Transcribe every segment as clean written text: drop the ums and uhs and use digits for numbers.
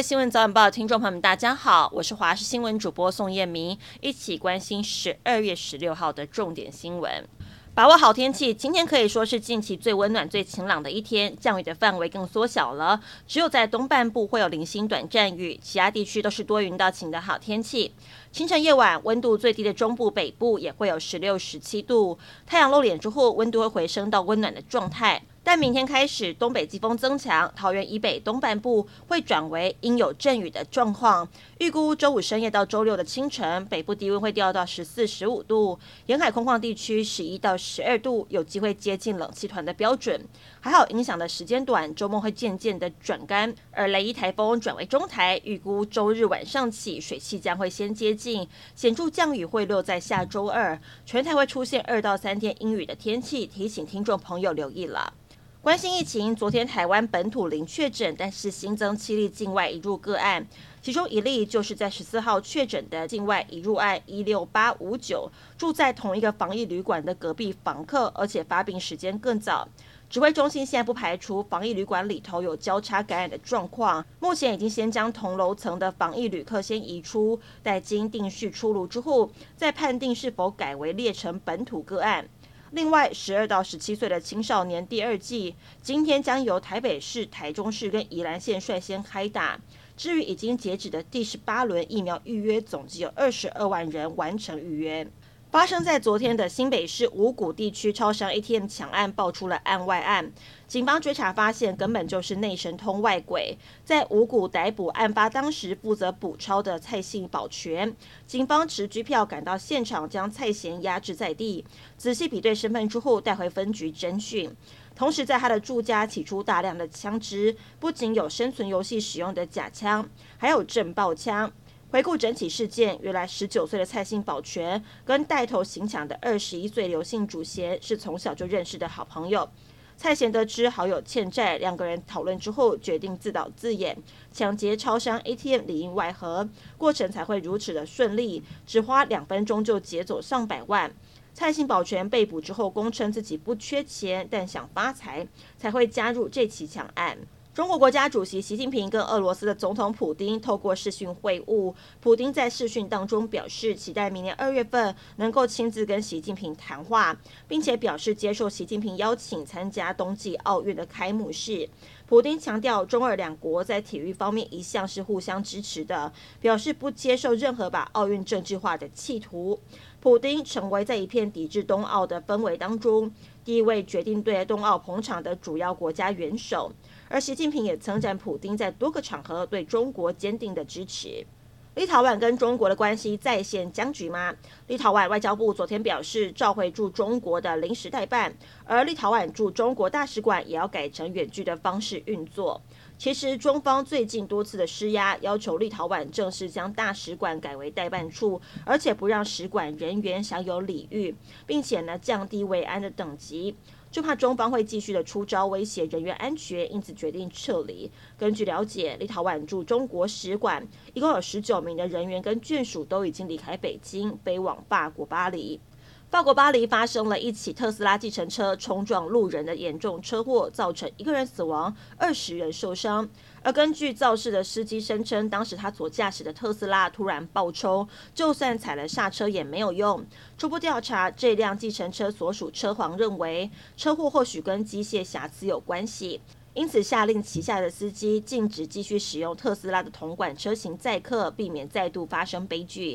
位新闻早晚报的听众朋友们，大家好，我是华视新闻主播宋燕明，一起关心12月16号的重点新闻。把握好天气，今天可以说是近期最温暖、最晴朗的一天，降雨的范围更缩小了，只有在东半部会有零星短暂雨，其他地区都是多云到晴的好天气。清晨夜晚温度最低的中部北部也会有16、17度，太阳露脸之后温度会回升到温暖的状态。但明天开始，东北季风增强，桃园以北东半部会转为阴有阵雨的状况。预估周五深夜到周六的清晨，北部低温会掉到14、15度，沿海空旷地区11到12度，有机会接近冷气团的标准。还好影响的时间短，周末会渐渐的转干。而雷伊台风转为中台，预估周日晚上起水汽将会先接近，显著降雨会落在下周二，全台会出现2到3天阴雨的天气，提醒听众朋友留意了。关心疫情，昨天台湾本土零确诊，但是新增7例境外移入个案，其中1例就是在14号确诊的境外移入案16859，住在同一个防疫旅馆的隔壁房客，而且发病时间更早。指挥中心现在不排除防疫旅馆里头有交叉感染的状况，目前已经先将同楼层的防疫旅客先移出，待经定序出炉之后，再判定是否改为列成本土个案。另外，12到17岁的青少年第2剂，今天将由台北市、台中市跟宜兰县率先开打。至于已经截止的第18轮疫苗预约，总计有22万人完成预约。发生在昨天的新北市五股地区超商 ATM 抢案爆出了案外案，警方追查发现根本就是内神通外鬼，在五股逮捕案发当时负责补钞的蔡姓保全，警方持拘票赶到现场，将蔡贤压制在地，仔细比对身份之后带回分局侦讯。同时在他的住家起出大量的枪支，不仅有生存游戏使用的假枪，还有震爆枪。回顾整起事件，原来19岁的蔡姓保全跟带头行抢的21岁刘姓主嫌是从小就认识的好朋友。蔡贤得知好友欠债，两个人讨论之后决定自导自演，抢劫超商 ATM 里应外合，过程才会如此的顺利，只花2分钟就劫走上百万。蔡姓保全被捕之后供称自己不缺钱，但想发财，才会加入这起抢案。中国国家主席习近平跟俄罗斯的总统普丁透过视讯会晤，普丁在视讯当中表示，期待明年2月份能够亲自跟习近平谈话，并且表示接受习近平邀请参加冬季奥运的开幕式。普丁强调，中俄两国在体育方面一向是互相支持的，表示不接受任何把奥运政治化的企图。普丁成为在一片抵制冬奥的氛围当中第一位决定对冬奥捧场的主要国家元首，而习近平也曾赞普丁在多个场合对中国坚定的支持。立陶宛跟中国的关系再现僵局吗？立陶宛外交部昨天表示，召回驻中国的临时代办，而立陶宛驻中国大使馆也要改成远距的方式运作。其实中方最近多次的施压，要求立陶宛正式将大使馆改为代办处，而且不让使馆人员享有礼遇，并且降低维安的等级，就怕中方会继续的出招威胁人员安全，因此决定撤离。根据了解，立陶宛驻中国使馆一共有19名的人员跟眷属都已经离开北京，飞往法国巴黎。法国巴黎发生了一起特斯拉计程车冲撞路人的严重车祸，造成1个人死亡，20人受伤。而根据肇事的司机声称，当时他所驾驶的特斯拉突然爆冲，就算踩了刹车也没有用。初步调查，这辆计程车所属车行认为，车祸或许跟机械瑕疵有关系，因此下令旗下的司机禁止继续使用特斯拉的同款车型载客，避免再度发生悲剧。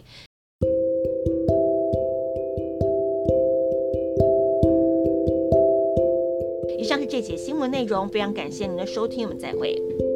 以上是这节新闻内容，非常感谢您的收听，我们再会。